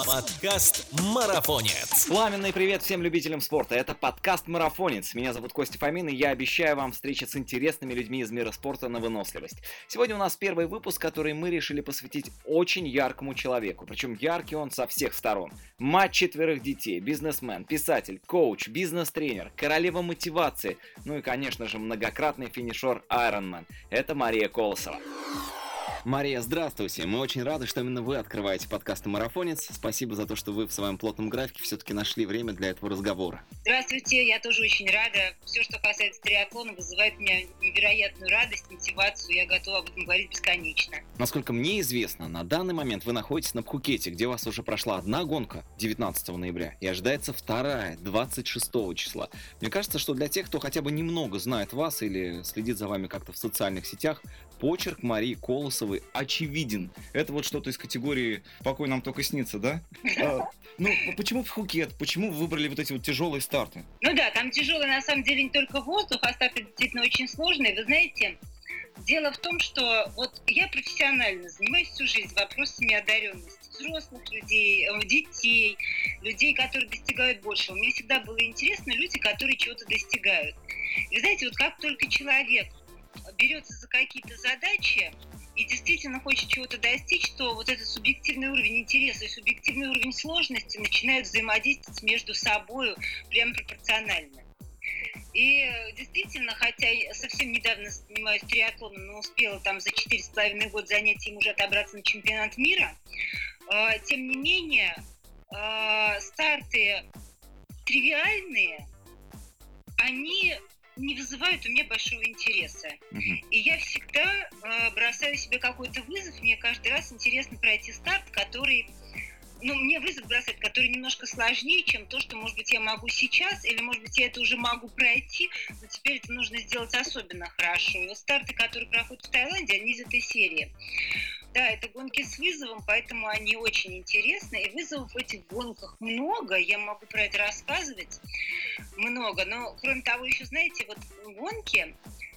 Подкаст «Марафонец». Пламенный привет всем любителям спорта. Это подкаст «Марафонец». Меня зовут Костя Фомин, и я обещаю вам встречи с интересными людьми из мира спорта на выносливость. Сегодня у нас первый выпуск, который мы решили посвятить очень яркому человеку. Причем яркий он со всех сторон. Мать 4 детей, бизнесмен, писатель, коуч, бизнес-тренер, королева мотивации. Ну и, конечно же, многократный финишер Ironman. Это Мария Колосова. Мария, здравствуйте. Мы очень рады, что именно вы открываете подкаст «Марафонец». Спасибо за то, что вы в своем плотном графике все-таки нашли время для этого разговора. Здравствуйте, я тоже очень рада. Все, что касается триатлона, вызывает у меня невероятную радость, мотивацию. Я готова об этом говорить бесконечно. Насколько мне известно, на данный момент вы находитесь на Пхукете, где у вас уже прошла одна гонка 19 ноября и ожидается вторая 26 числа. Мне кажется, что для тех, кто хотя бы немного знает вас или следит за вами как-то в социальных сетях, почерк Марии Колосовой очевиден. Это вот что-то из категории «покой нам только снится», да? Ну, почему Пхукет? Почему вы выбрали вот эти вот тяжелые старты? Ну да, там тяжелый на самом деле не только воздух, а старты действительно очень сложные. Вы знаете, дело в том, что вот я профессионально занимаюсь всю жизнь вопросами одаренности взрослых людей, детей, людей, которые достигают большего. Мне всегда было интересно люди, которые чего-то достигают. И вы знаете, вот как только человек берется за какие-то задачи и действительно хочет чего-то достичь, то вот этот субъективный уровень интереса и субъективный уровень сложности начинают взаимодействовать между собой прямо пропорционально. И действительно, хотя я совсем недавно занимаюсь триатлоном, но успела там за 4,5 года занятий уже отобраться на чемпионат мира, тем не менее, старты тривиальные, они не вызывают у меня большого интереса. И я всегда бросаю себе какой-то вызов. Мне каждый раз интересно пройти старт, который... мне вызов бросает, который немножко сложнее, чем то, что, может быть, я могу сейчас, или, может быть, я это уже могу пройти, но теперь это нужно сделать особенно хорошо. И вот старты, которые проходят в Таиланде, они из этой серии. Да, это гонки с вызовом, поэтому они очень интересны. И вызовов в этих гонках много, я могу про это рассказывать много. Но, кроме того, еще, знаете, вот гонки,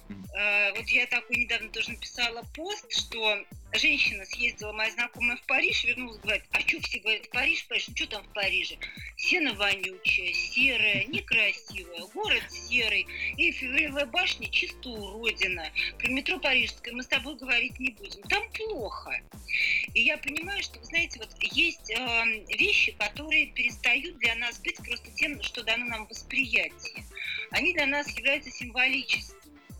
вот я такой недавно тоже написала пост, что женщина съездила, моя знакомая, в Париж, вернулась, говорит, а что все говорят, Париж, ну что там в Париже? Сено вонючее, серое, некрасивое, город серый, Эйфелевая башня чисто уродина. Про метро парижское мы с тобой говорить не будем. Там плохо. И я понимаю, что, вы знаете, вот есть вещи, которые перестают для нас быть просто тем, что дано нам восприятие. Они для нас являются символическими.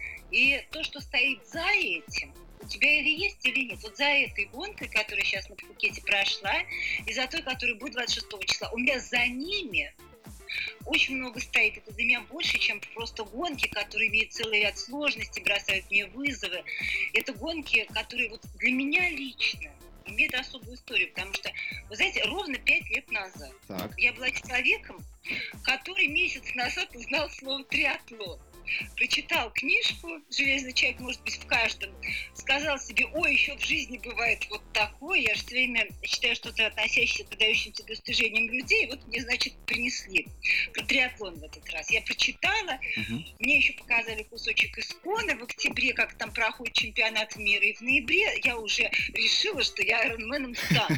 И то, что стоит за этим, у тебя или есть, или нет. Вот за этой гонкой, которая сейчас на Пхукете прошла, и за той, которая будет 26 числа, у меня за ними очень много стоит. Это для меня больше, чем просто гонки, которые имеют целый ряд сложностей, бросают мне вызовы. Это гонки, которые вот для меня лично имеют особую историю, потому что, вы знаете, ровно 5 лет назад я была человеком, который месяц назад узнал слово «триатлон». Прочитал книжку «Железный человек может быть в каждом», сказал себе, ой, еще в жизни бывает вот такое, я же все время считаю что-то относящееся к выдающимся достижениям людей, вот мне, значит, принесли про триатлон в этот раз. Я прочитала, мне еще показали кусочек из Кона в октябре, как там проходит чемпионат мира, и в ноябре я уже решила, что я айронменом стану.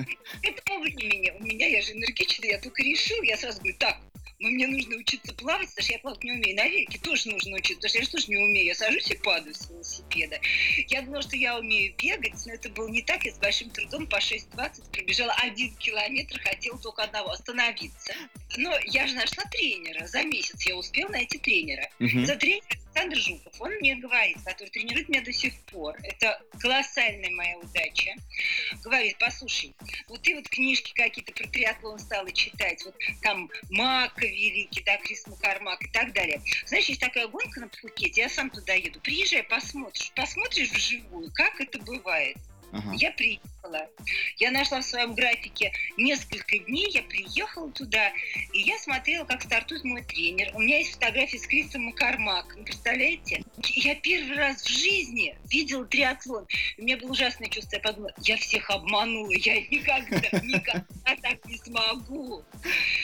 К этому времени у меня, я же энергичная, я только решила, я сразу говорю, так, мне нужно учиться плавать, потому что я плавать не умею. На велике тоже нужно учиться, потому что я же тоже не умею. Я сажусь и падаю с велосипеда. Я думала, что я умею бегать, но это было не так. Я с большим трудом по 6:20 пробежала 1 километр, хотела только одного — остановиться. Но я же нашла тренера. За месяц я успела найти тренера. За тренера Александр Жуков. Он мне говорит, который тренирует меня до сих пор. Это колоссальная моя удача. Говорит, послушай, вот ты вот книжки какие-то про триатлон стала читать, вот там Мак великий, да, Крис Маккормак и так далее. Знаешь, есть такая гонка на Пхукете, я сам туда еду. Приезжай, посмотришь вживую, как это бывает. Я приехала, я нашла в своем графике несколько дней, я приехала туда, и я смотрела, как стартует мой тренер. У меня есть фотографии с Крисом Маккормаком, представляете? Я первый раз в жизни видела триатлон. У меня было ужасное чувство, я подумала, я всех обманула, я никогда так не смогу.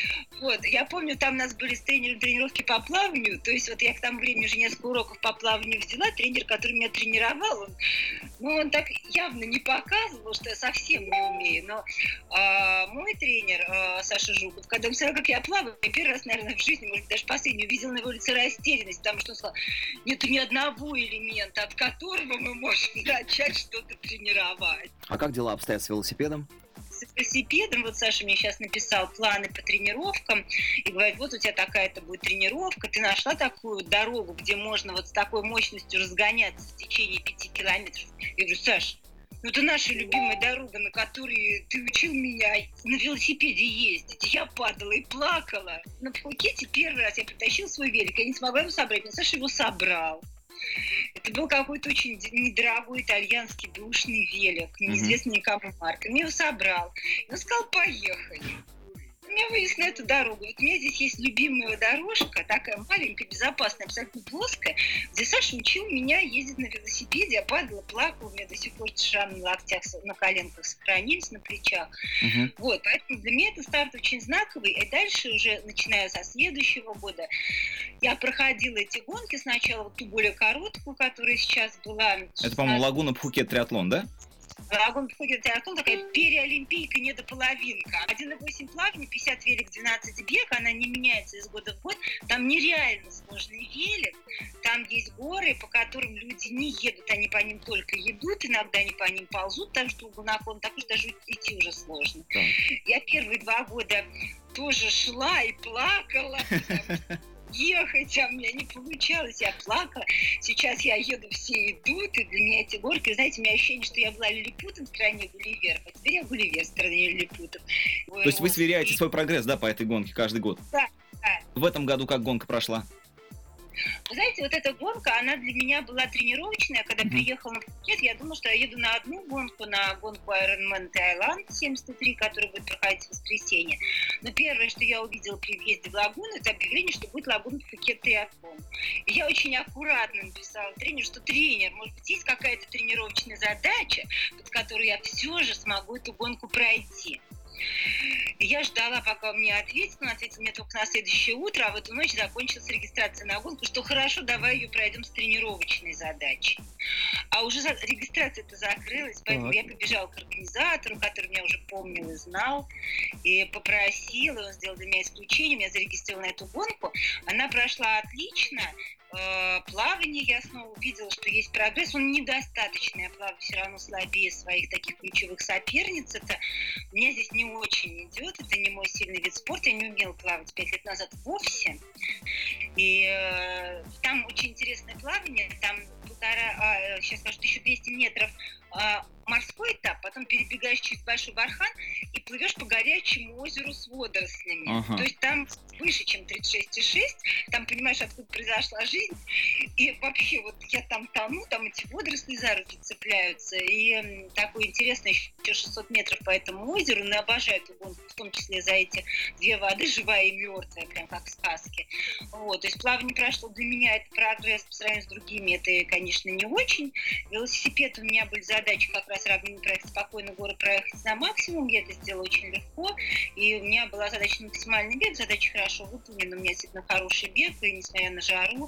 Вот, я помню, там у нас были с тренером тренировки по плаванию, то есть вот я к тому времени уже несколько уроков по плаванию взяла, тренер, который меня тренировал, он так явно не показывал, что я совсем не умею, но мой тренер, Саша Жуков, когда он сказал, как я плаваю, я первый раз, наверное, в жизни, может быть, даже последний, увидела на его лице растерянность, потому что он сказал, нету ни одного элемента, от которого мы можем начать что-то тренировать. А как дела обстоят с велосипедом? С велосипедом, вот Саша мне сейчас написал планы по тренировкам и говорит, вот у тебя такая-то будет тренировка, ты нашла такую дорогу, где можно вот с такой мощностью разгоняться в течение 5 километров. Я говорю, Саш, ну это наша любимая дорога, на которой ты учил меня на велосипеде ездить. Я падала и плакала. На Пхукете первый раз я притащила свой велик, я не смогла его собрать, но Саша его собрал. Это был какой-то очень недорогой итальянский бэушный велик, неизвестный никому марка. Он его собрал. И он сказал, поехали. Меня вынес на эту дорогу. Вот у меня здесь есть любимая дорожка, такая маленькая, безопасная, абсолютно плоская, где Саша учил меня ездить на велосипеде. Я падала, плакала, у меня до сих пор шрамы на локтях, на коленках сохранились, на плечах. Вот, поэтому для меня это старт очень знаковый. И дальше уже, начиная со следующего года, я проходила эти гонки. Сначала вот ту более короткую, которая сейчас была. Это, по-моему, Лагуна Пхукет триатлон, да? Лагуна Пхукет триатлон, такая переолимпийка, недополовинка. 1,8 плавание, 50 велик, 12 бег, она не меняется из года в год. Там нереально сложный велик, там есть горы, по которым люди не едут, они по ним только едут, иногда они по ним ползут, так что угол наклон такой, что даже идти уже сложно. Я первые 2 года тоже шла и плакала, ехать, а у меня не получалось, я плакала. Сейчас я еду, все идут, и для меня эти горки, знаете, у меня ощущение, что я была лилипутом в стране Гулливеров, а теперь я Гулливер в стране лилипутов. То есть вы сверяете свой прогресс, да, по этой гонке каждый год? Да. В этом году как гонка прошла? Вы знаете, вот эта гонка, она для меня была тренировочная. Когда приехала на Пхукет, я думала, что я еду на одну гонку, на гонку Ironman Таиланд 73, которая будет проходить в воскресенье. Но первое, что я увидела при въезде в лагуну, это объявление, что будет лагуна Пхукет триатлон. И я очень аккуратно написала тренеру, что тренер, может быть, есть какая-то тренировочная задача, под которой я все же смогу эту гонку пройти. И я ждала, пока он мне ответит. Он ответил мне только на следующее утро, а в эту ночь закончилась регистрация на гонку, что хорошо, давай ее пройдем с тренировочной задачей. А уже регистрация-то закрылась, поэтому я побежала к организатору, который меня уже помнил и знал, и попросила, он сделал для меня исключение, меня зарегистрировал на эту гонку. Она прошла отлично. Плавание я снова увидела, что есть прогресс, он недостаточный, я плаваю все равно слабее своих таких ключевых соперниц, это у меня здесь не очень идет, это не мой сильный вид спорта, я не умела плавать 5 лет назад вовсе, и там очень интересное плавание, там сейчас скажу, 1200 метров морской этап, потом перебегаешь через большой бархан и плывешь по горячему озеру с водорослями. То есть там выше, чем 36,6, там понимаешь, откуда произошла жизнь, и вообще вот я там тону, там эти водоросли за руки цепляются, и такое интересное еще 600 метров по этому озеру, но обожаю эту гонку, в том числе за эти 2 воды, живая и мертвая, прям как в сказке. Вот, то есть плавание прошло для меня, это прогресс по сравнению с другими, это, конечно, не очень. Велосипед, у меня были задачи как раз равнину проехать спокойно, горы проехать на максимум, я это сделала очень легко, и у меня была задача на максимальный бег, задача хорошо выполнена, у меня действительно хороший бег, и несмотря на жару,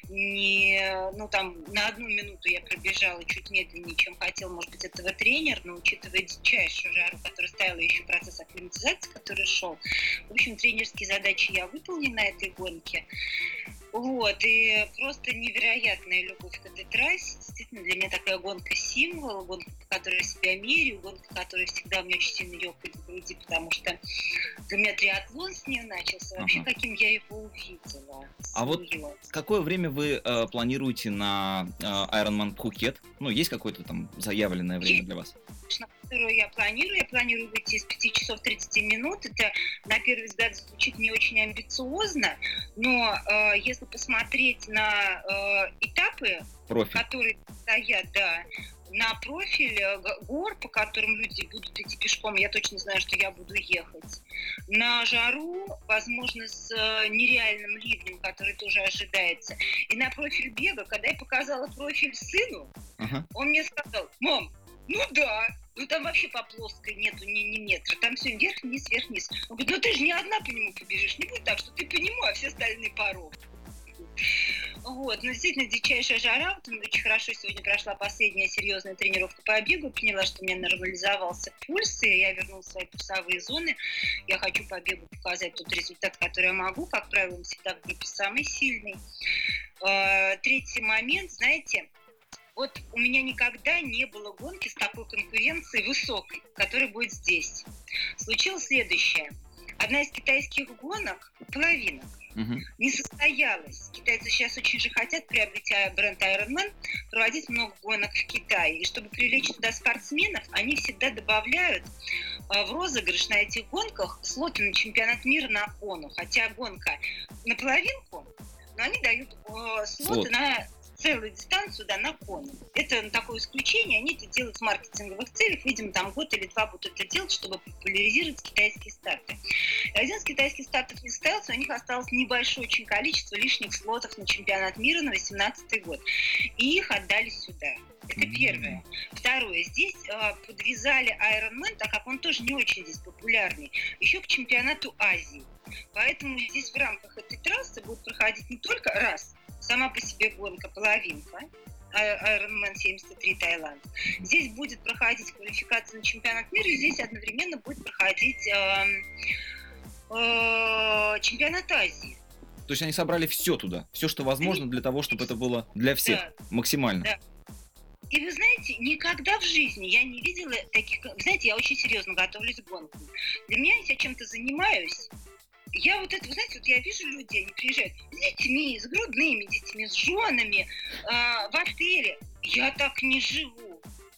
там на 1 минуту я пробежала чуть медленнее, чем хотел, может быть, этого тренер, но учитывая дичайшую жару, которая стояла, еще процесс акклиматизации, который шел, в общем, тренерские задачи я выполнила на этой гонке. Вот, и просто невероятная любовь к этой трассе. Действительно, для меня такая гонка-символ, гонка, по которой я себя меряю, гонка, которая всегда у меня очень сильно ёкает в груди, потому что для меня триатлон с нее начался, вообще, каким я его увидела. А вот какое время вы планируете на Ironman Пхукет? Ну, есть какое-то там заявленное время для вас? Которую я планирую выйти из 5 часов 30 минут. Это, на первый взгляд, звучит не очень амбициозно, но если посмотреть на этапы, которые стоят, на профиль гор, по которым люди будут идти пешком, я точно знаю, что я буду ехать. На жару, возможно, с нереальным ливнем, который тоже ожидается. И на профиль бега, когда я показала профиль сыну, он мне сказал: «Мам, Ну да. Ну там вообще по плоской нету ни метра. Там все вверх-вниз, вверх-вниз. Он говорит, ну ты же не одна по нему побежишь. Не будет так, что ты по нему, а все остальные по рову. Вот, но действительно дичайшая жара. Вот, очень хорошо сегодня прошла последняя серьезная тренировка по бегу. Поняла, что у меня нормализовался пульс, и я вернула свои пульсовые зоны. Я хочу по бегу показать тот результат, который я могу. Как правило, он всегда в группе самый сильный. Третий момент, знаете, вот у меня никогда не было гонки с такой конкуренцией высокой, которая будет здесь. Случилось следующее. Одна из китайских гонок, половинок, не состоялась. Китайцы сейчас очень же хотят, приобретя бренд Ironman, проводить много гонок в Китае. И чтобы привлечь туда спортсменов, они всегда добавляют в розыгрыш на этих гонках слоты на чемпионат мира на кону. Хотя гонка на половинку, но они дают слоты на целую дистанцию, да, на кону. Это такое исключение, они это делают в маркетинговых целях, видимо, там год или два будут это делать, чтобы популяризировать китайские старты. И один из китайских стартов не состоялся, у них осталось небольшое очень количество лишних слотов на чемпионат мира на 2018 год. И их отдали сюда. Это первое. Второе. Здесь подвязали Ironman, так как он тоже не очень здесь популярный, еще к чемпионату Азии. Поэтому здесь в рамках этой трассы будет проходить не только раз сама по себе гонка половинка, Ironman 73 Таиланд. Здесь будет проходить квалификация на чемпионат мира, и здесь одновременно будет проходить чемпионат Азии. То есть они собрали все туда, все, что возможно для того, чтобы это было для всех максимально. Да. И вы знаете, никогда в жизни я не видела таких... Знаете, я очень серьезно готовлюсь к гонкам. Для меня, если я чем-то занимаюсь, я вот это, вы знаете, вот я вижу людей, они приезжают с детьми, с грудными детьми, с женами, в отеле. Я так не живу.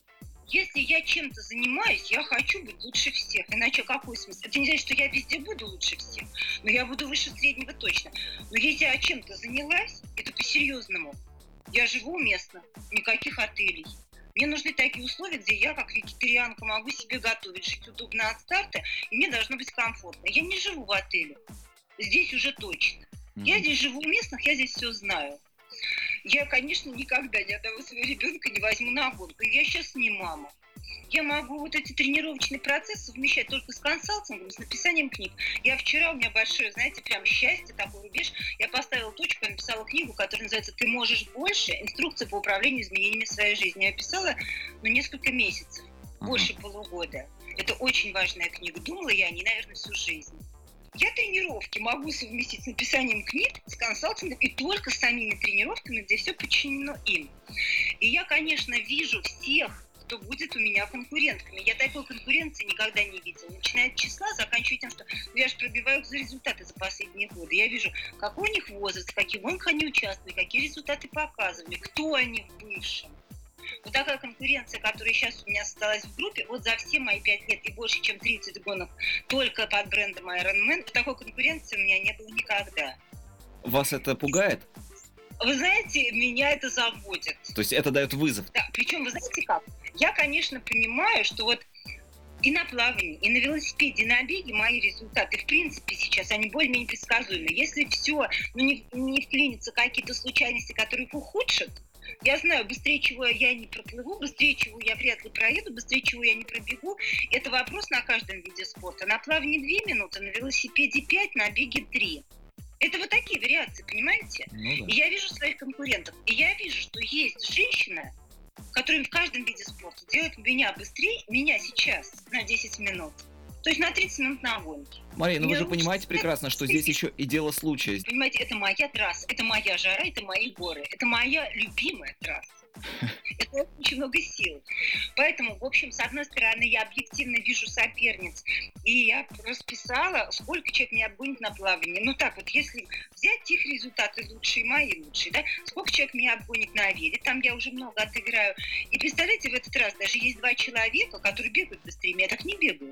Если я чем-то занимаюсь, я хочу быть лучше всех. Иначе какой смысл? Это не значит, что я везде буду лучше всех, но я буду выше среднего точно. Но если я чем-то занялась, это по-серьезному. Я живу уместно, никаких отелей. Мне нужны такие условия, где я, как вегетарианка, могу себе готовить, жить удобно от старта, и мне должно быть комфортно. Я не живу в отеле. Здесь уже точно. Я здесь живу у местных, я здесь все знаю. Я, конечно, никогда ни одного своего ребенка не возьму на гонку. Я сейчас не мама. Я могу вот эти тренировочные процессы совмещать только с консалтингом, с написанием книг. Я вчера, у меня большое, знаете, прям счастье, такой рубеж. Я поставила точку, я написала книгу, которая называется «Ты можешь больше. Инструкция по управлению изменениями своей жизни». Я писала, несколько месяцев, больше полугода. Это очень важная книга. Думала я о ней, наверное, всю жизнь. Я тренировки могу совместить с написанием книг, с консалтингом и только с самими тренировками, где все подчинено им. И я, конечно, вижу всех, кто будет у меня конкурентками. Я такой конкуренции никогда не видела. Начиная от числа, заканчивая тем, что я же пробиваю за результаты за последние годы. Я вижу, какой у них возраст, в каких гонках они участвовали, какие результаты показывали, кто они в бывшем. Вот такая конкуренция, которая сейчас у меня осталась в группе, вот за все мои 5 лет и больше, чем 30 гонок только под брендом Ironman, такой конкуренции у меня не было никогда. Вас это пугает? Вы знаете, меня это заводит. То есть это дает вызов? Да, причем, вы знаете как? Я, конечно, понимаю, что вот и на плавании, и на велосипеде, и на беге мои результаты, в принципе, сейчас, они более-менее предсказуемы. Если все, не вклинятся какие-то случайности, которые их ухудшат, я знаю, быстрее чего я не проплыву, быстрее чего я вряд ли проеду, быстрее чего я не пробегу. Это вопрос на каждом виде спорта. На плавании 2 минуты, на велосипеде 5, на беге 3. Это вот такие вариации, понимаете? Ну, да. И я вижу своих конкурентов. И я вижу, что есть женщина, которая в каждом виде спорта делает меня быстрее, меня сейчас на 10 минут. То есть на 30 минут на гонке. Мария, ну вы же понимаете прекрасно, что здесь еще и дело случая. Понимаете, это моя трасса, это моя жара, это мои горы, это моя любимая трасса. Это очень много сил. Поэтому, в общем, с одной стороны, я объективно вижу соперниц, и я расписала, сколько человек меня обгонит на плавании. Ну так вот, если взять их результаты лучшие, мои лучшие, да, сколько человек меня обгонит на веле, там я уже много отыграю. И представляете, в этот раз даже есть 2 человека, которые бегают быстрее меня, я так не бегаю.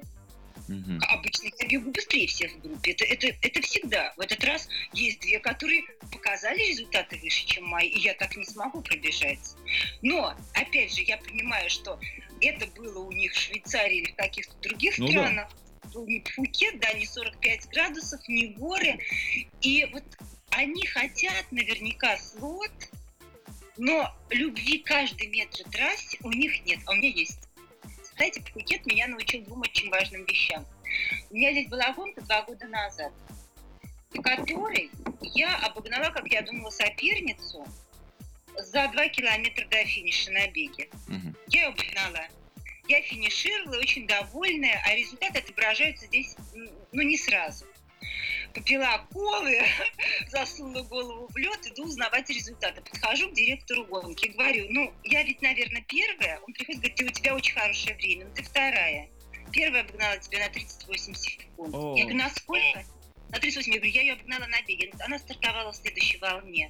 Обычно я бегу быстрее всех в группе. Это всегда. В этот раз есть 2, которые показали результаты выше, чем мои, и я так не смогу пробежать. Но, опять же, я понимаю, что это было у них в Швейцарии или в каких-то других странах. Да. У них Пхукет, да, не 45 градусов, не горы. И вот они хотят наверняка слот, но любви к каждой метро трассе у них нет, а у меня есть. Знаете, Пхукет меня научил двум очень важным вещам. У меня здесь была гонка 2 года назад, в которой я обогнала, как я думала, соперницу за 2 километра до финиша на беге. Я ее обогнала. Я финишировала, очень довольная, а результаты отображаются здесь, не сразу. Попила колы, засунула голову в лед, иду узнавать результаты. Подхожу к директору гонки, говорю, я ведь, наверное, первая. Он приходит, говорит, у тебя очень хорошее время, но ты вторая. Первая обогнала тебя на 38 секунд. Я говорю, на сколько? На 38. Я говорю, я ее обогнала на беге. Она стартовала в следующей волне.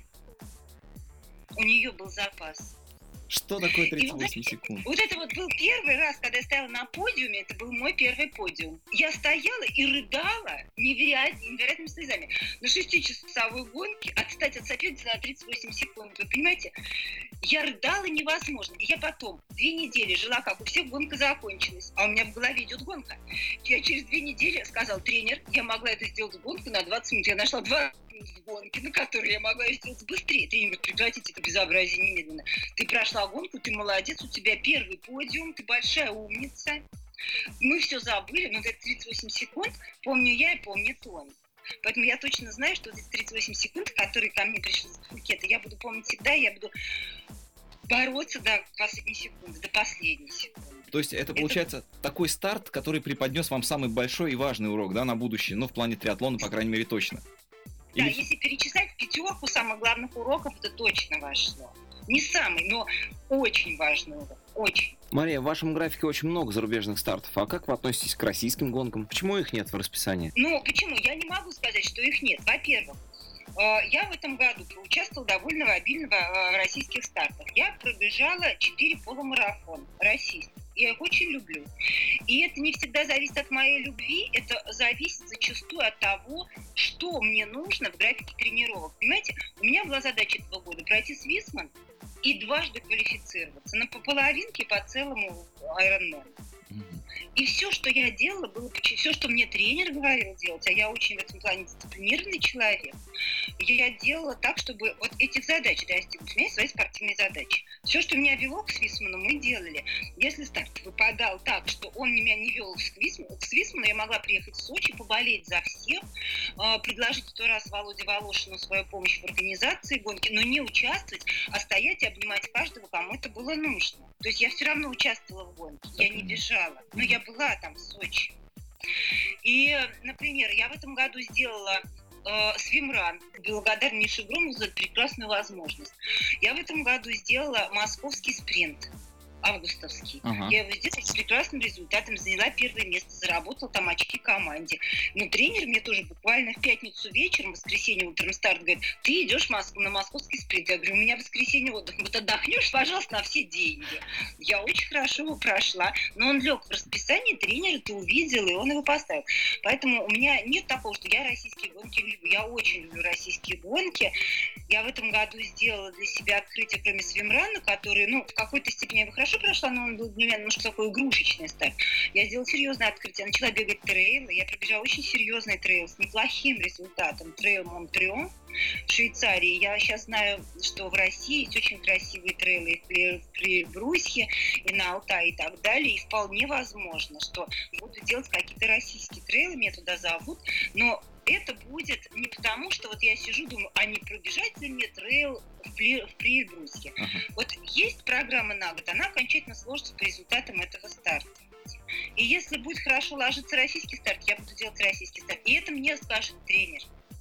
У нее был запас. Что такое 38 секунд? Вот это вот был первый раз, когда я стояла на подиуме, это был мой первый подиум. Я стояла и рыдала невероятными слезами. На 6-часовой гонке отстать от соперницы на 38 секунд. Вы понимаете? Я рыдала невозможно. И я потом 2 недели жила, как у всех, гонка закончилась. А у меня в голове идет гонка. Я через 2 недели сказал, тренер, я могла это сделать гонку на 20 минут. Я нашла 2 в гонке, на которой я могла ее сделать быстрее. Тренер говорит, прекратите это безобразие немедленно. Ты прошла гонку, ты молодец, у тебя первый подиум, ты большая умница. Мы все забыли, но это 38 секунд помню я и помнит он. Поэтому я точно знаю, что эти 38 секунд, которые ко мне пришли с Пхукета, я буду помнить всегда, я буду бороться до последней секунды, до последней секунды. То есть это получается такой старт, который преподнес вам самый большой и важный урок, да, на будущее, в плане триатлона, по крайней мере, точно. Да, если перечислять в 5 самых главных уроков, это точно вошло. Не самый, но очень важный урок. Очень. Мария, в вашем графике очень много зарубежных стартов. А как вы относитесь к российским гонкам? Почему их нет в расписании? Почему? Я не могу сказать, что их нет. Во-первых, я в этом году поучаствовала довольно обильно в российских стартах. Я пробежала 4 полумарафона российских. Я их очень люблю. И это не всегда зависит от моей любви, это зависит зачастую от того, что мне нужно в графике тренировок. Понимаете, у меня была задача этого года пройти Свисман и дважды квалифицироваться. По половинке и по целому Ironman. И все, что я делала, было все, что мне тренер говорил делать, а я очень в этом плане дисциплинированный человек, я делала так, чтобы вот этих задач достигнуть. У меня есть свои спортивные задачи. Все, что меня вело к Свисману, мы делали. Если старт выпадал так, что он меня не вел к Свисману, я могла приехать в Сочи, поболеть за всех, предложить в тот раз Володе Волошину свою помощь в организации гонки, но не участвовать, а стоять и обнимать каждого, кому это было нужно. То есть я все равно участвовала в гонке, я не бежала, но я была там в Сочи. И, например, я в этом году сделала свимран, благодарна Мише Громову за прекрасную возможность. Я в этом году сделала московский спринт, августовский. Я его сделала с прекрасным результатом, заняла первое место, заработала там очки команде. Но тренер мне тоже буквально в пятницу вечером, в воскресенье утром старт, говорит, ты идешь на московский спринт. Я говорю, у меня в воскресенье отдых. Вот отдохнешь, пожалуйста, на все деньги. Я очень хорошо его прошла, но он лег в расписание, тренер это увидел, и он его поставил. Поэтому у меня нет такого, что я российские гонки люблю. Я очень люблю российские гонки. Я в этом году сделала для себя открытие, кроме свимрана, который, в какой-то степени я бы хорошо прошла, но он был для меня немножко такой игрушечный старт. Я сделала серьезное открытие. Я начала бегать трейлы. Я пробежала очень серьезный трейл с неплохим результатом. Трейл Монтреон в Швейцарии. Я сейчас знаю, что в России есть очень красивые трейлы и в Прибрусье, и на Алтае и так далее. И вполне возможно, что буду делать какие-то российские трейлы, меня туда зовут, но это будет не потому, что вот я сижу, думаю, а не пробежать ли мне трейл в Прибрусье. Вот есть программа на год, она окончательно сложится по результатам этого старта. И если будет хорошо ложиться российский старт, я буду делать российский старт. И это мне скажет тренер.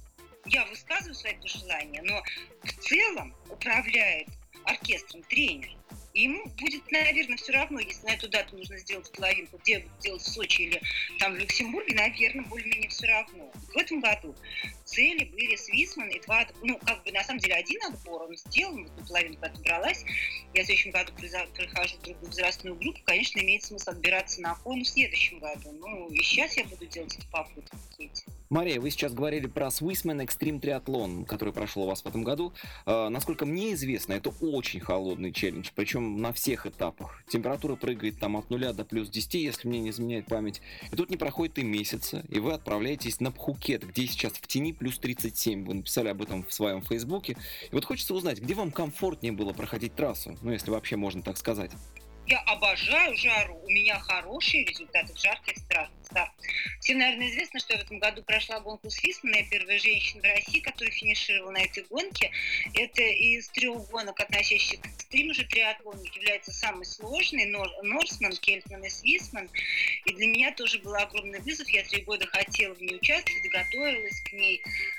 Я высказываю свои пожелания, но в целом управляет оркестром тренер. И ему будет, наверное, все равно, если на эту дату нужно сделать половинку, где буду делать в Сочи или там в Люксембурге, наверное, более-менее все равно. В этом году цели были Свисман и 2, на самом деле 1 отбор, он сделан, вот на половинку отобралась. Я в следующем году прихожу в другую возрастную группу, конечно, имеет смысл отбираться на Кону в следующем году. И сейчас я буду делать это попутно. Мария, вы сейчас говорили про Swissman Extreme Triathlon, который прошел у вас в этом году. Насколько мне известно, это очень холодный челлендж, причем на всех этапах. Температура прыгает там от 0 до плюс 10, если мне не изменяет память. И тут не проходит и месяца, и вы отправляетесь на Пхукет, где сейчас в тени плюс 37. Вы написали об этом в своем фейсбуке. И вот хочется узнать, где вам комфортнее было проходить трассу, если вообще можно так сказать. Я обожаю жару. У меня хорошие результаты в жарких стартах. Всем, наверное, известно, что я в этом году прошла гонку Свисмана. Я первая женщина в России, которая финишировала на этой гонке. Это из 3 гонок, относящихся к экстриму же триатлону, является самый сложный. Норсман, Кельтман и Свисман. И для меня тоже был огромный вызов. Я 3 года хотела в ней участвовать, готовилась к ней.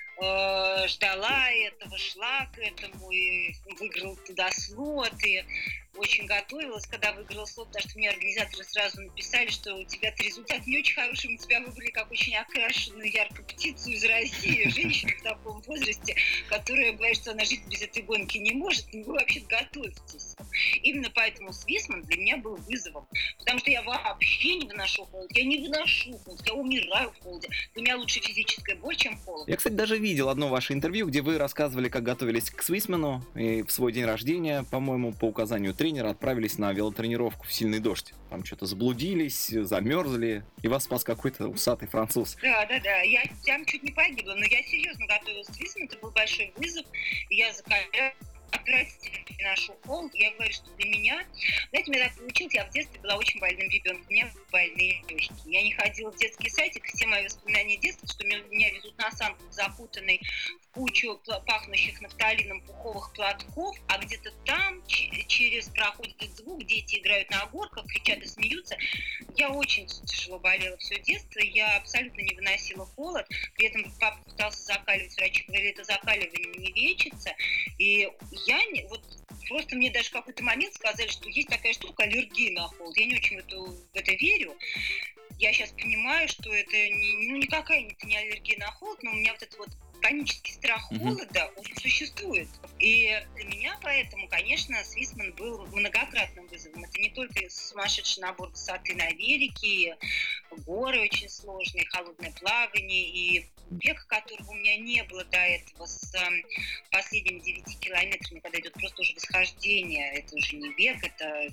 Ждала этого, шла к этому и выиграла туда слот, и очень готовилась, когда выиграла слот, потому что мне организаторы сразу написали, что у тебя результат не очень хороший, мы тебя выбрали как очень окрашенную яркую птицу из России, женщину в таком возрасте, которая говорит, что она жить без этой гонки не может, но вы вообще готовьтесь. Именно поэтому Свисман для меня был вызовом, потому что я вообще не выношу холод, я не выношу холод, я умираю в холоде. Для меня лучше физическая боль, чем холод. Я, кстати, даже видел одно ваше интервью, где вы рассказывали, как готовились к Свисману, и в свой день рождения, по-моему, по указанию тренера, отправились на велотренировку в сильный дождь. Там что-то заблудились, замерзли, и вас спас какой-то усатый француз. Да, я там чуть не погибла, но я серьезно готовилась к Свисману, это был большой вызов, и я закаляю. Нашу холод, я говорю, что для меня, знаете, у меня так получилось, я в детстве была очень больным ребенком, у меня больные легкие. Я не ходила в детский садик, все мои воспоминания детства, что меня везут на санках, закутанный в кучу пахнущих нафталином пуховых платков, а где-то там через проходит звук, дети играют на горках, кричат и смеются. Я очень тяжело болела все детство, я абсолютно не выносила холод, при этом папа пытался закаливать, врачи говорили, это закаливание не лечится, и я просто мне даже в какой-то момент сказали, что есть такая штука аллергия на холод. Я не очень в это верю. Я сейчас понимаю, что это никакая не аллергия на холод, но у меня вот этот вот панический страх холода, он существует. И для меня поэтому, конечно, Свисман был многократным вызовом. Это не только сумасшедший набор высоты на велике, горы очень сложные, холодное плавание и бег, которого у меня не было до этого с последними 9 километрами, когда идет просто уже восхождение. Это уже не бег, это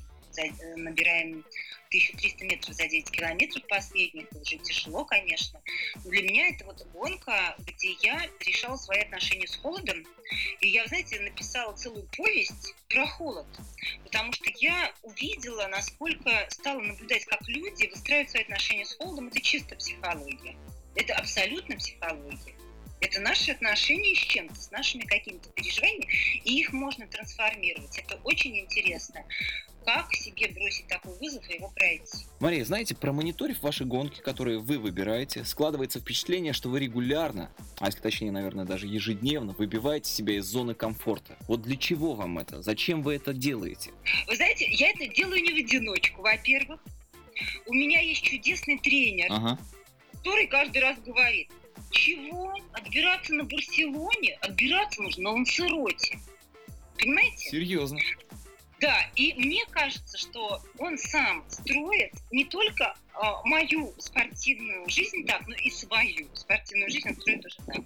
набираем 1300 метров за 9 километров последних, это уже тяжело, конечно. Но для меня это вот гонка, где я решала свои отношения с холодом. И я, знаете, написала целую повесть про холод, потому что я увидела, насколько стала наблюдать, как люди выстраивают свои отношения с холодом. Это чисто психология. Это абсолютно психология. Это наши отношения с чем-то, с нашими какими-то переживаниями, и их можно трансформировать. Это очень интересно. Как себе бросить такой вызов и его пройти? Мария, знаете, промониторив ваши гонки, которые вы выбираете, складывается впечатление, что вы регулярно, а если точнее, наверное, даже ежедневно, выбиваете себя из зоны комфорта. Вот для чего вам это? Зачем вы это делаете? Вы знаете, я это делаю не в одиночку, во-первых. У меня есть чудесный тренер, который каждый раз говорит: чего? Отбираться на Барселоне? Отбираться нужно на Лансероте. Понимаете? Серьезно? Да, и мне кажется, что он сам строит не только мою спортивную жизнь так, но и свою спортивную жизнь он строит тоже так.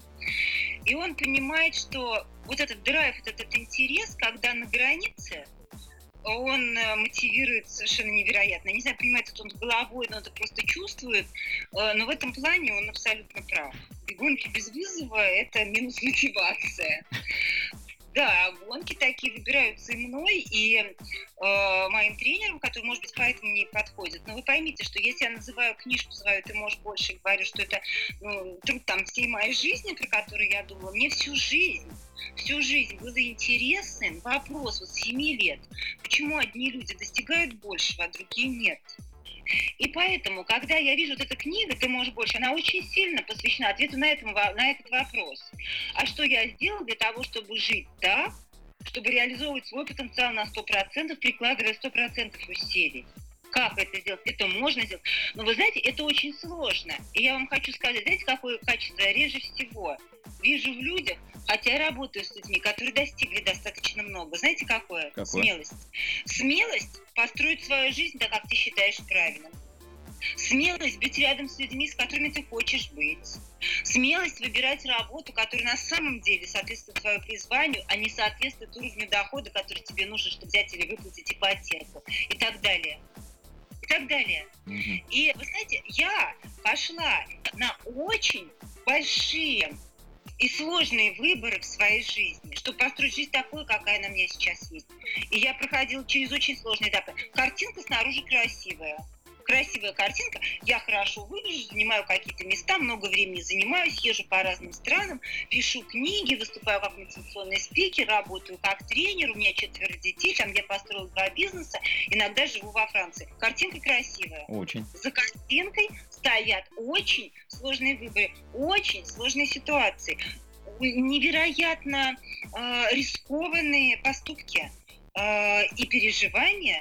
И он понимает, что вот этот драйв, вот этот интерес, когда на границе, он мотивирует совершенно невероятно. Я не знаю, понимает это он головой, но это просто чувствует, но в этом плане он абсолютно прав. Гонки без вызова – это минус мотивация. Да, гонки такие выбираются и мной, и моим тренером, который, может быть, поэтому мне подходит. Но вы поймите, что если я называю книжку свою «Ты можешь больше», и говорю, что это труд там всей моей жизни, про которую я думала, мне всю жизнь был интересен вопрос вот 7 лет. Почему одни люди достигают большего, а другие нет? И поэтому, когда я вижу вот эту книгу «Ты можешь больше», она очень сильно посвящена ответу на этот вопрос. А что я сделала для того, чтобы жить так, чтобы реализовывать свой потенциал на 100%, прикладывая 100% усилий? Как это сделать? Это можно сделать. Но вы знаете, это очень сложно. И я вам хочу сказать, знаете, какое качество я реже всего вижу в людях, хотя я работаю с людьми, которые достигли достаточно много. Знаете, какое? Смелость. Смелость построить свою жизнь так, как ты считаешь правильным. Смелость быть рядом с людьми, с которыми ты хочешь быть. Смелость выбирать работу, которая на самом деле соответствует твоему призванию, а не соответствует уровню дохода, который тебе нужен, чтобы взять или выплатить ипотеку. И так далее. И так далее. И, вы знаете, я пошла на очень большие и сложные выборы в своей жизни, чтобы построить жизнь такой, какая она у меня сейчас есть. И я проходила через очень сложные этапы. Картинка снаружи красивая. Красивая картинка. Я хорошо выгляжу, занимаю какие-то места, много времени занимаюсь, езжу по разным странам, пишу книги, выступаю как мотивационный спикер, работаю как тренер, у меня 4 детей, там я построила 2 бизнеса, иногда живу во Франции. Картинка красивая. Очень. За картинкой стоят очень сложные выборы, очень сложные ситуации, невероятно рискованные поступки и переживания,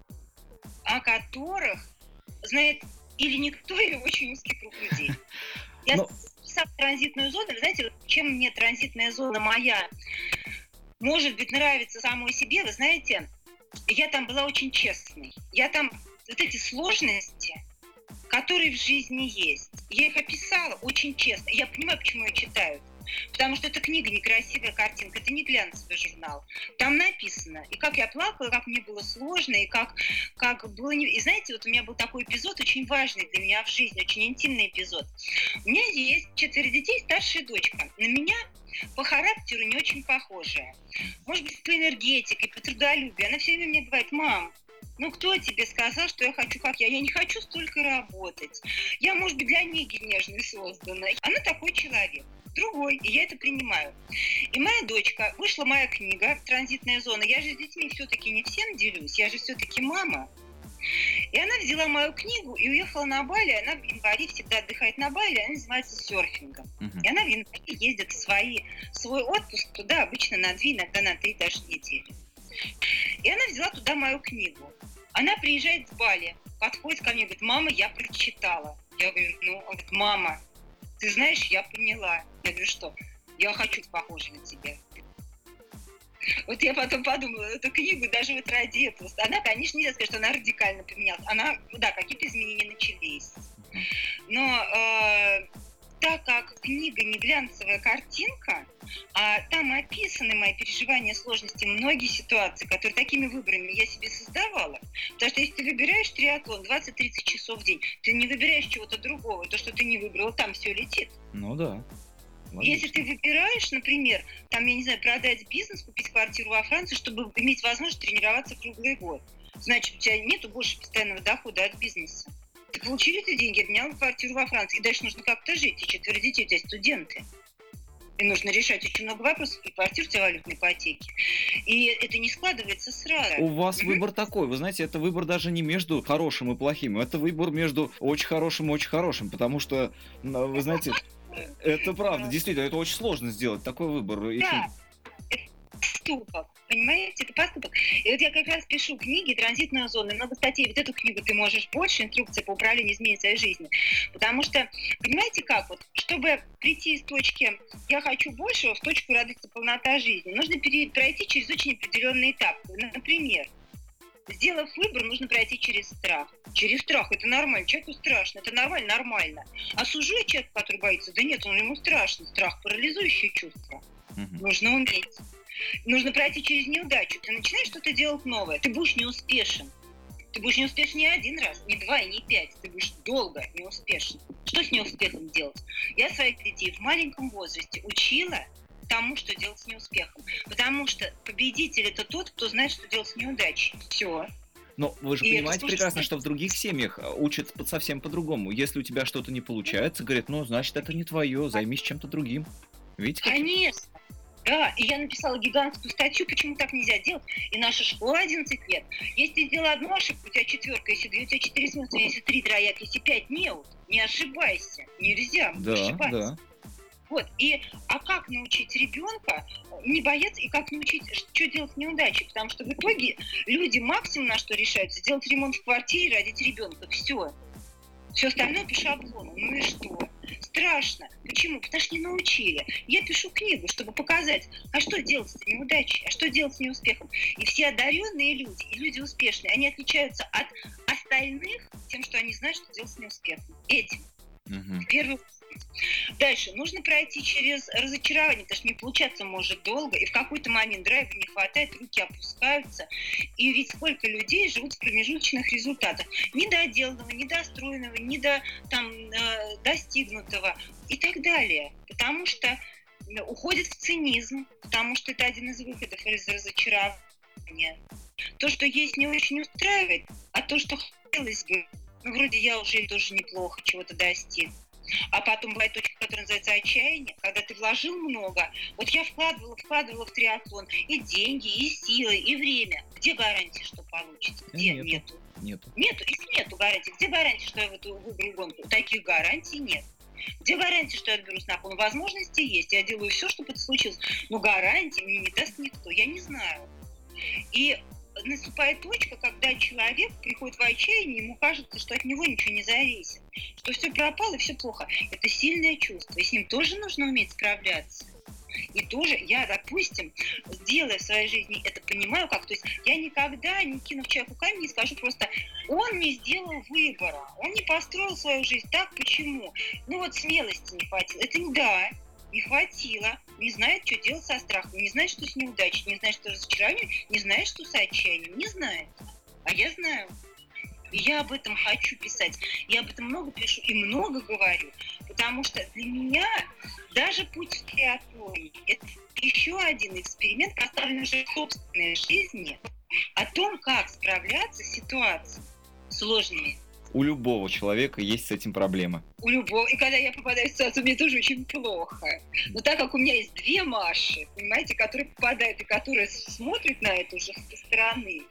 о которых знает или никто, или очень узкий круг людей. Я писала транзитную зону. Вы знаете, чем мне транзитная зона моя, может быть, нравится самой себе, вы знаете, я там была очень честной. Я там вот эти сложности, которые в жизни есть, я их описала очень честно. Я понимаю, почему ее читают. Потому что эта книга некрасивая картинка, это не глянцевый журнал. Там написано, и как я плакала, как мне было сложно, и как было... И знаете, вот у меня был такой эпизод, очень важный для меня в жизни, очень интимный эпизод. У меня есть 4 детей, старшая дочка. На меня по характеру не очень похожая. Может быть, по энергетике, по трудолюбию. Она все время мне говорит: мам, ну кто тебе сказал, что я хочу как я? Я не хочу столько работать. Я, может быть, для неги нежной создана. Она такой человек. Другой, и я это принимаю. И моя дочка, вышла моя книга «Транзитная зона». Я же с детьми все-таки не всем делюсь, я же все-таки мама. И она взяла мою книгу и уехала на Бали. Она в январе всегда отдыхает на Бали, она занимается серфингом. И она в январе ездит в свой отпуск туда обычно на 2, иногда на 3 даже недели. И она взяла туда мою книгу. Она приезжает с Бали, подходит ко мне и говорит: мама, я прочитала. Я говорю: ну, она говорит: мама, ты знаешь, я поняла. Я говорю: что? Я хочу похожа на тебя. Вот я потом подумала, эту книгу даже вот ради этого. Она, конечно, нельзя сказать, что она радикально поменялась. Она, да, какие-то изменения начались. Но так как книга не глянцевая картинка, а там описаны мои переживания, сложности, многие ситуации, которые такими выборами я себе создавала. Потому что если ты выбираешь триатлон 20-30 часов в день, ты не выбираешь чего-то другого. То, что ты не выбрал, там все летит. Ну да. Логично. Если ты выбираешь, например, там, я не знаю, продать бизнес, купить квартиру во Франции, чтобы иметь возможность тренироваться круглый год, значит, у тебя нету больше постоянного дохода от бизнеса. Ты получили эти деньги, обменял квартиру во Франции, и дальше нужно как-то жить. И 4 детей, у тебя студенты. И нужно решать очень много вопросов, и квартир у тебя валютной ипотеки. И это не складывается сразу. У вас выбор такой, вы знаете, это выбор даже не между хорошим и плохим, это выбор между очень хорошим и очень хорошим, потому что, вы знаете, это правда, действительно, это очень сложно сделать, такой выбор. Да, это поступок, понимаете, это поступок. И вот я как раз пишу книги «Транзитная зона», много статей. Вот эту книгу «Ты можешь больше», инструкция по управлению изменением своей жизни. Потому что, понимаете как, вот, чтобы прийти из точки «я хочу большего» в точку «радость и полнота жизни», нужно пройти через очень определенный этап. Например, сделав выбор, нужно пройти через страх. Через страх, это нормально, человеку страшно, это нормально. Осужу я человека, который боится? Да нет, ему страшно. Страх – парализующее чувство. Нужно уметь. Нужно пройти через неудачу. Ты начинаешь что-то делать новое, ты будешь неуспешен. Ты будешь неуспешен не 1 раз, не 2 и не 5. Ты будешь долго неуспешен. Что с неуспехом делать? Я своих детей в маленьком возрасте учила тому, что делать с неуспехом. Потому что победитель – это тот, кто знает, что делать с неудачей. Все. Но вы же понимаете прекрасно, что в других семьях учат совсем по-другому. Если у тебя что-то не получается, говорят: ну, значит, это не твое, займись чем-то другим. Видите? Конечно. Да, и я написала гигантскую статью, почему так нельзя делать. И наша школа 11 лет. Если ты сделал одну ошибку, у тебя 4, если 2, у тебя 4 смысла, если 3 трояк, если 5 неуд. Не ошибайся. Нельзя ошибаться. Да. Вот. А как научить ребенка не бояться и как научить, что делать неудачи? Потому что в итоге люди максимум на что решаются: сделать ремонт в квартире, родить ребенка. Все. Все остальное по шаблону. Ну и что? Страшно. Почему? Потому что не научили. Я пишу книгу, чтобы показать, а что делать с неудачей, а что делать с неуспехом. И все одаренные люди, и люди успешные, они отличаются от остальных тем, что они знают, что делать с неуспехом. Этим. В первую очередь. Дальше. Нужно пройти через разочарование, потому что не получаться может долго, и в какой-то момент драйва не хватает, руки опускаются. И ведь сколько людей живут в промежуточных результатах. Недоделанного, недостроенного, достигнутого и так далее. Потому что уходит в цинизм, потому что это один из выходов из разочарования. То, что есть, не очень устраивает, а то, что хотелось бы, вроде я уже тоже неплохо чего-то достиг. А потом бывает точка, которая называется отчаяние, когда ты вложил много. Вот я вкладывала в триатлон и деньги, и силы, и время. Где гарантия, что получится? Где? Нету. Если нету гарантии, где гарантия, что я выиграю гонку? Таких гарантий нет. Где гарантия, что я отберусь на полную? Возможности есть. Я делаю все, чтобы это случилось. Но гарантии мне не даст никто. Я не знаю. И наступает точка, когда человек приходит в отчаяние, ему кажется, что от него ничего не зависит, что все пропало и все плохо. Это сильное чувство, и с ним тоже нужно уметь справляться. И тоже я, допустим, делая в своей жизни это, понимаю как. То есть я никогда, не кинув человеку камень, не скажу просто, он не сделал выбора, он не построил свою жизнь так, почему? Ну вот смелости не хватило. Это не хватило. Не знает, что делать со страхом, не знает, что с неудачей, не знает, что с разочарованием, не знает, что с отчаянием, не знает. А я знаю. И я об этом хочу писать. Я об этом много пишу и много говорю. Потому что для меня даже путь в триатлоне – это еще один эксперимент, поставленный уже в собственной жизни, о том, как справляться с ситуациями сложными. У любого человека есть с этим проблемы. У любого. И когда я попадаю в ситуацию, мне тоже очень плохо. Но так как у меня есть две Маши, понимаете, которые попадают и которые смотрят на это уже со стороны,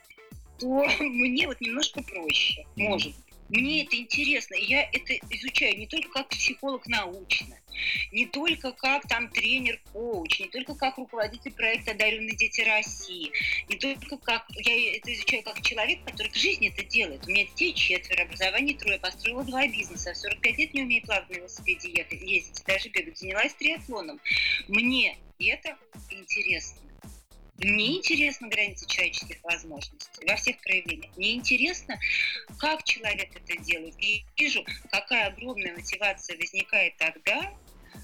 то мне вот немножко проще, может быть. Мне это интересно, и я это изучаю не только как психолог научно, не только как там тренер-коуч, не только как руководитель проекта «Одаренные дети России», не только как я это изучаю как человек, который в жизни это делает. У меня детей 4, образование 3, построила 2 бизнеса, в 45 лет не умею плавать на велосипеде ездить, даже бегать, занялась триатлоном. Мне это интересно. Мне интересна граница человеческих возможностей во всех проявлениях. Мне интересно, как человек это делает. И я вижу, какая огромная мотивация возникает тогда,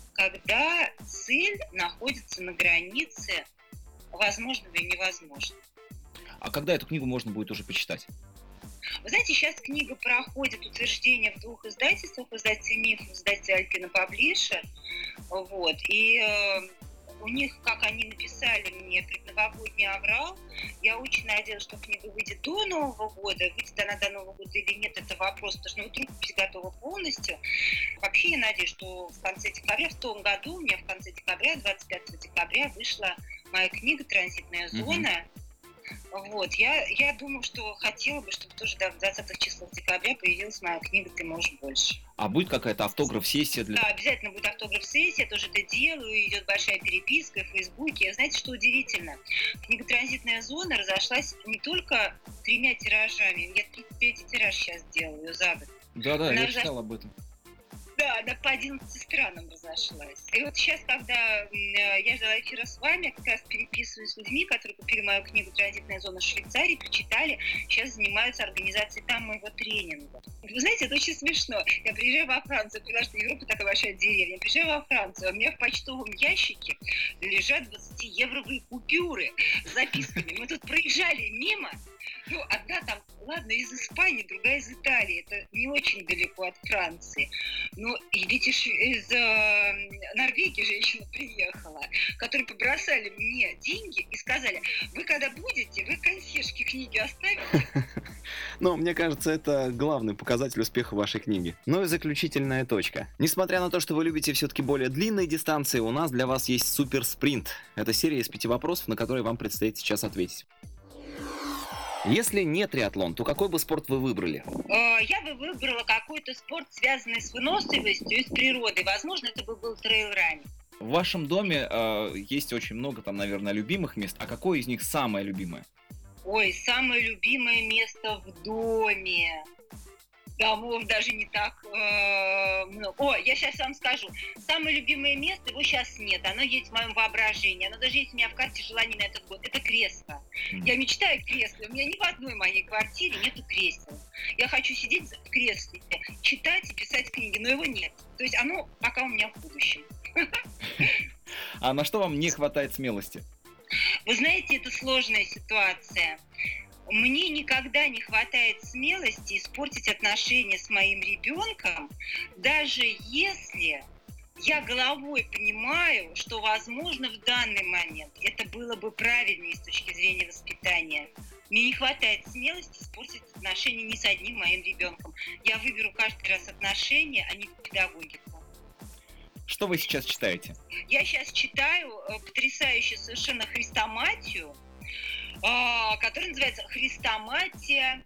когда цель находится на границе возможного и невозможного. А когда эту книгу можно будет уже почитать? Вы знаете, сейчас книга проходит утверждение в 2 издательствах, в издательстве «Миф», в издательстве «Альпина Паблишер». Вот. И у них, как они написали мне, предновогодний аврал. Я очень надеялась, что книга выйдет до Нового года. Выйдет она до Нового года или нет, это вопрос, потому что вдруг быть готова полностью. Вообще, я надеюсь, что в конце декабря, в том году, у меня в конце декабря, 25 декабря, вышла моя книга «Транзитная зона». Вот, я думаю, что хотела бы, чтобы тоже в 20-х числах декабря появилась моя книга «Ты можешь больше». А будет какая-то автограф-сессия для... Да, обязательно будет автограф-сессия, я тоже это делаю, идет большая переписка в Фейсбуке. Знаете, что удивительно? Книга «Транзитная зона» разошлась не только 3 тиражами, я 33-й тираж сейчас делаю за год. Да, я читал об этом. Да, она по 11 странам разошлась. И вот сейчас, когда я ждала эфира с вами, я как раз переписываюсь с людьми, которые купили мою книгу «Транзитная зона» в Швейцарии, прочитали, сейчас занимаются организацией там моего тренинга. Вы знаете, это очень смешно. Я приезжаю во Францию, потому что Европа такая большая деревня. Я приезжаю во Францию, а у меня в почтовом ящике лежат 20-евровые купюры с записками. Мы тут проезжали мимо. Ну, одна там, ладно, из Испании, другая из Италии. Это не очень далеко от Франции. Но ведь из Норвегии женщина приехала, которые побросали мне деньги и сказали: вы когда будете, вы консьержке книги оставите. Ну, мне кажется, это главный показатель успеха вашей книги. Ну и заключительная точка. Несмотря на то, что вы любите все-таки более длинные дистанции, у нас для вас есть суперспринт. Это серия из 5 вопросов, на которые вам предстоит сейчас ответить. Если не триатлон, то какой бы спорт вы выбрали? Я бы выбрала какой-то спорт, связанный с выносливостью и с природой. Возможно, это бы был трейл-раннинг. В вашем доме есть очень много, там, наверное, любимых мест. А какое из них самое любимое? Ой, самое любимое место в доме. Домов даже не так много. О, я сейчас вам скажу. Самое любимое место, его сейчас нет. Оно есть в моем воображении. Оно даже есть у меня в карте желаний на этот год. Это кресло. Я мечтаю о кресле. У меня ни в одной моей квартире нету кресла. Я хочу сидеть в кресле, читать и писать книги, но его нет. То есть оно пока у меня в будущем. А на что вам не хватает смелости? Вы знаете, это сложная ситуация. Мне никогда не хватает смелости испортить отношения с моим ребенком, даже если я головой понимаю, что, возможно, в данный момент это было бы правильнее с точки зрения воспитания. Мне не хватает смелости испортить отношения ни с одним моим ребенком. Я выберу каждый раз отношения, а не педагогику. Что вы сейчас читаете? Я сейчас читаю потрясающую совершенно хрестоматию, которая называется «Хрестоматия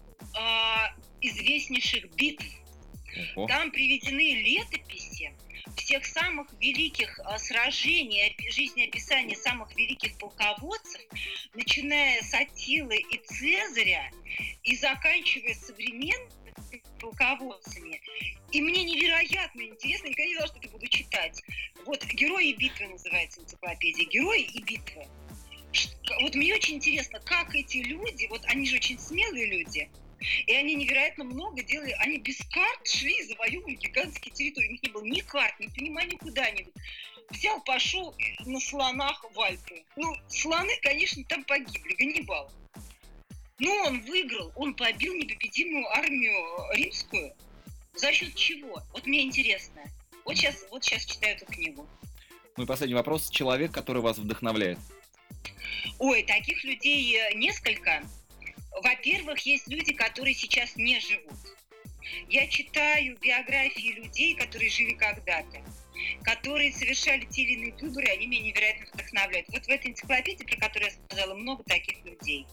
известнейших битв». Ого. Там приведены летописи всех самых великих сражений, жизнеописания самых великих полководцев, начиная с Аттилы и Цезаря и заканчивая современными полководцами. И мне невероятно интересно, никогда не знала, что это буду читать. Вот «Герои и битвы» называется энциклопедия. «Герои и битвы». Вот мне очень интересно, как эти люди, вот они же очень смелые люди, и они невероятно много делали, они без карт шли и завоевывали гигантские территории. У них не было ни карт, ни понимания куда-нибудь. Взял, пошел на слонах в Альпы. Ну, слоны, конечно, там погибли, Ганнибал. Но он выиграл, он побил непобедимую армию римскую. За счет чего? Вот мне интересно. Вот сейчас читаю эту книгу. Ну и последний вопрос. Человек, который вас вдохновляет. Ой, таких людей несколько. Во-первых, есть люди, которые сейчас не живут. Я читаю биографии людей, которые жили когда-то, которые совершали те или иные выборы, они меня невероятно вдохновляют. Вот в этой энциклопедии, про которую я сказала, много таких людей.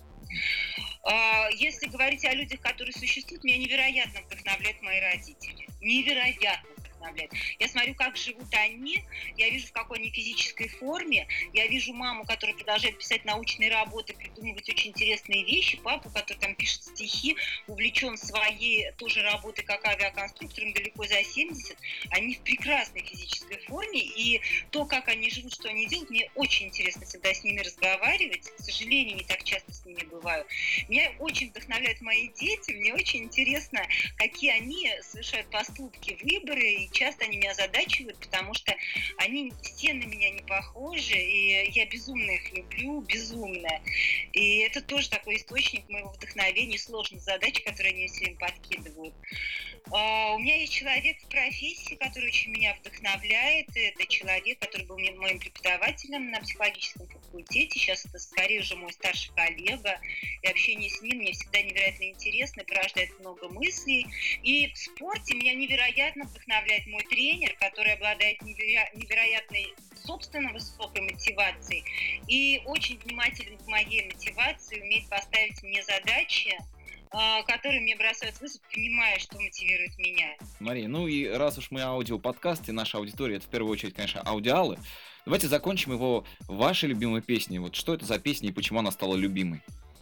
Если говорить о людях, которые существуют, меня невероятно вдохновляют мои родители. Невероятно вдохновляют. Я смотрю, как живут они, я вижу, в какой они физической форме, я вижу маму, которая продолжает писать научные работы, придумывать очень интересные вещи, папу, который там пишет стихи, увлечен своей тоже работой как авиаконструктором далеко за 70. Они в прекрасной физической форме, и то, как они живут, что они делают, мне очень интересно всегда с ними разговаривать. К сожалению, не так часто с ними бываю. Меня очень вдохновляют мои дети, мне очень интересно, какие они совершают поступки, выборы, и часто они меня озадачивают, потому что они все на меня не похожи, и я безумно их люблю, безумно. И это тоже такой источник моего вдохновения, сложных задач, которые они все время подкидывают. У меня есть человек в профессии, который очень меня вдохновляет. Это человек, который был моим преподавателем на психологическом факультете. Сейчас это скорее уже мой старший коллега. И общение с ним мне всегда невероятно интересно, порождает много мыслей. И в спорте меня невероятно вдохновляет мой тренер, который обладает невероятной собственно высокой мотивацией и очень внимателен к моей мотивации, умеет поставить мне задачи, которые мне бросают вызов, понимая, что мотивирует меня. Мария, ну и раз уж мы аудиоподкаст, и наша аудитория, это в первую очередь, конечно, аудиалы, давайте закончим его вашей любимой песней. Вот что это за песня и почему она стала любимой?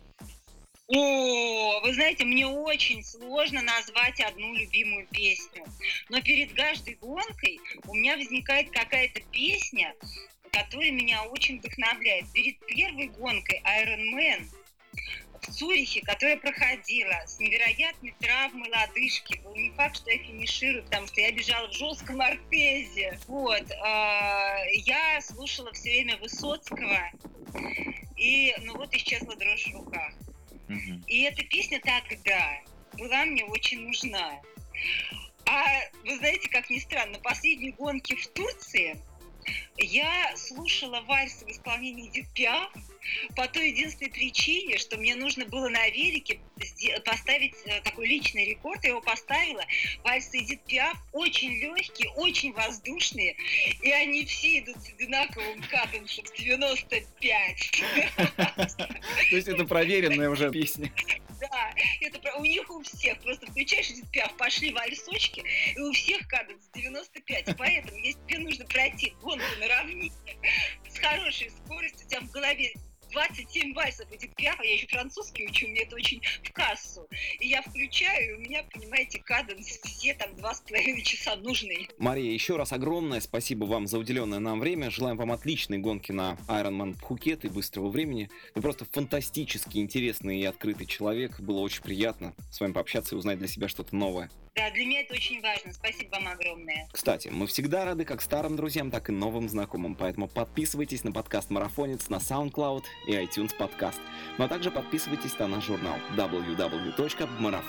Вы знаете, мне очень сложно назвать одну любимую песню. Но перед каждой гонкой у меня возникает какая-то песня, которая меня очень вдохновляет. Перед первой гонкой Ironman в Цюрихе, которая проходила с невероятной травмой лодыжки. Был не факт, что я финиширую, потому что я бежала в жестком ортезе. Вот. Я слушала все время Высоцкого, и исчезла дрожь в руках. И эта песня тогда была мне очень нужна. А вы знаете, как ни странно, на последней гонке в Турции я слушала вальсы в исполнении Эдит Пиаф по той единственной причине, что мне нужно было на велике поставить такой личный рекорд. Я его поставила. Вальсы Эдит Пиаф очень легкие, очень воздушные, и они все идут с одинаковым каденсом 95. То есть это проверенная уже песня. Да, это у них у всех. Просто включаешь Эдит Пиаф, пошли вальсочки, и у всех каденс 95. Поэтому, если тебе нужно пройти гонку на равнине с хорошей скоростью, у тебя в голове 27 вальсов Эдит Пиаф, а я еще французский учу, мне это очень в кассу. И я включаю, и у меня, понимаете, каденс все там 2,5 часа нужные. Мария, еще раз огромное спасибо вам за уделенное нам время. Желаем вам отличной гонки на Ironman Пхукет и быстрого времени. Вы просто фантастически интересный и открытый человек. Было очень приятно с вами пообщаться и узнать для себя что-то новое. Да, для меня это очень важно. Спасибо вам огромное. Кстати, мы всегда рады как старым друзьям, так и новым знакомым, поэтому подписывайтесь на подкаст «Марафонец» на SoundCloud и iTunes Podcast. Ну а также подписывайтесь на наш журнал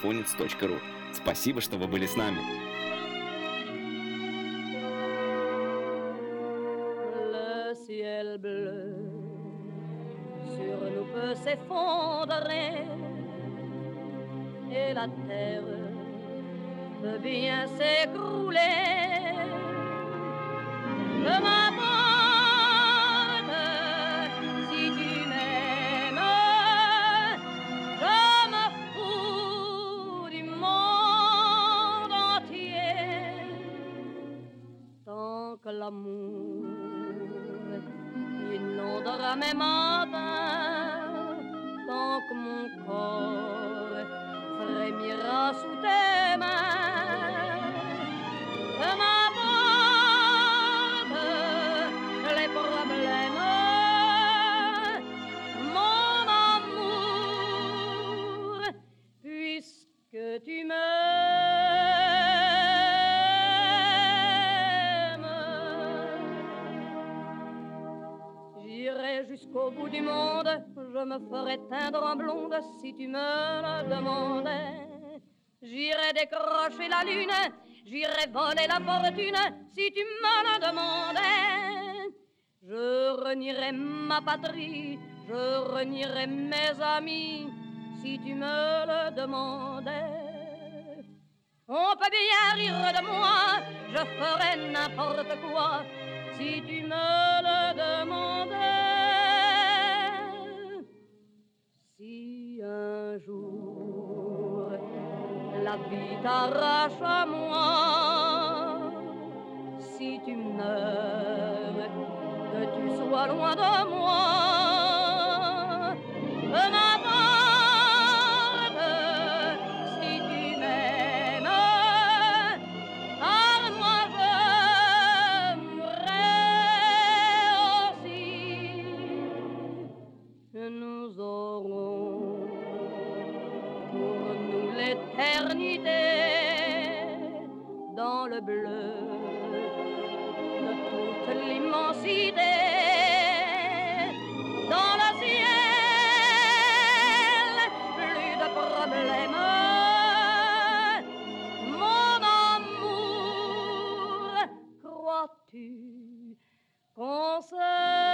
www.marafonец.ru. Спасибо, что вы были с нами. s'effondrer et la terre peut bien s'écrouler. Peu m'importe si tu m'aimes, je me fous du monde entier. Tant que l'amour inondera mes matins, tant que mon corps frémira sous tes mains, que m'importe les problèmes, mon amour, puisque tu m'aimes. J'irai jusqu'au bout du monde, je me ferai teindre en blonde si tu me le demandais. J'irai décrocher la lune, j'irai voler la fortune si tu me le demandais. Je renierai ma patrie, je renierai mes amis si tu me le demandais. On peut bien rire de moi, je ferai n'importe quoi si tu me le demandais. Si un jour la vie t'arrache à moi, si tu meurs, que tu sois loin de moi, peu m'importe si tu m'aimes, car moi je mourrai aussi. Nous aurons pour nous l'éternité dans le bleu de toute l'immensité, dans le ciel, plus de problèmes. Mon amour, crois-tu qu'on se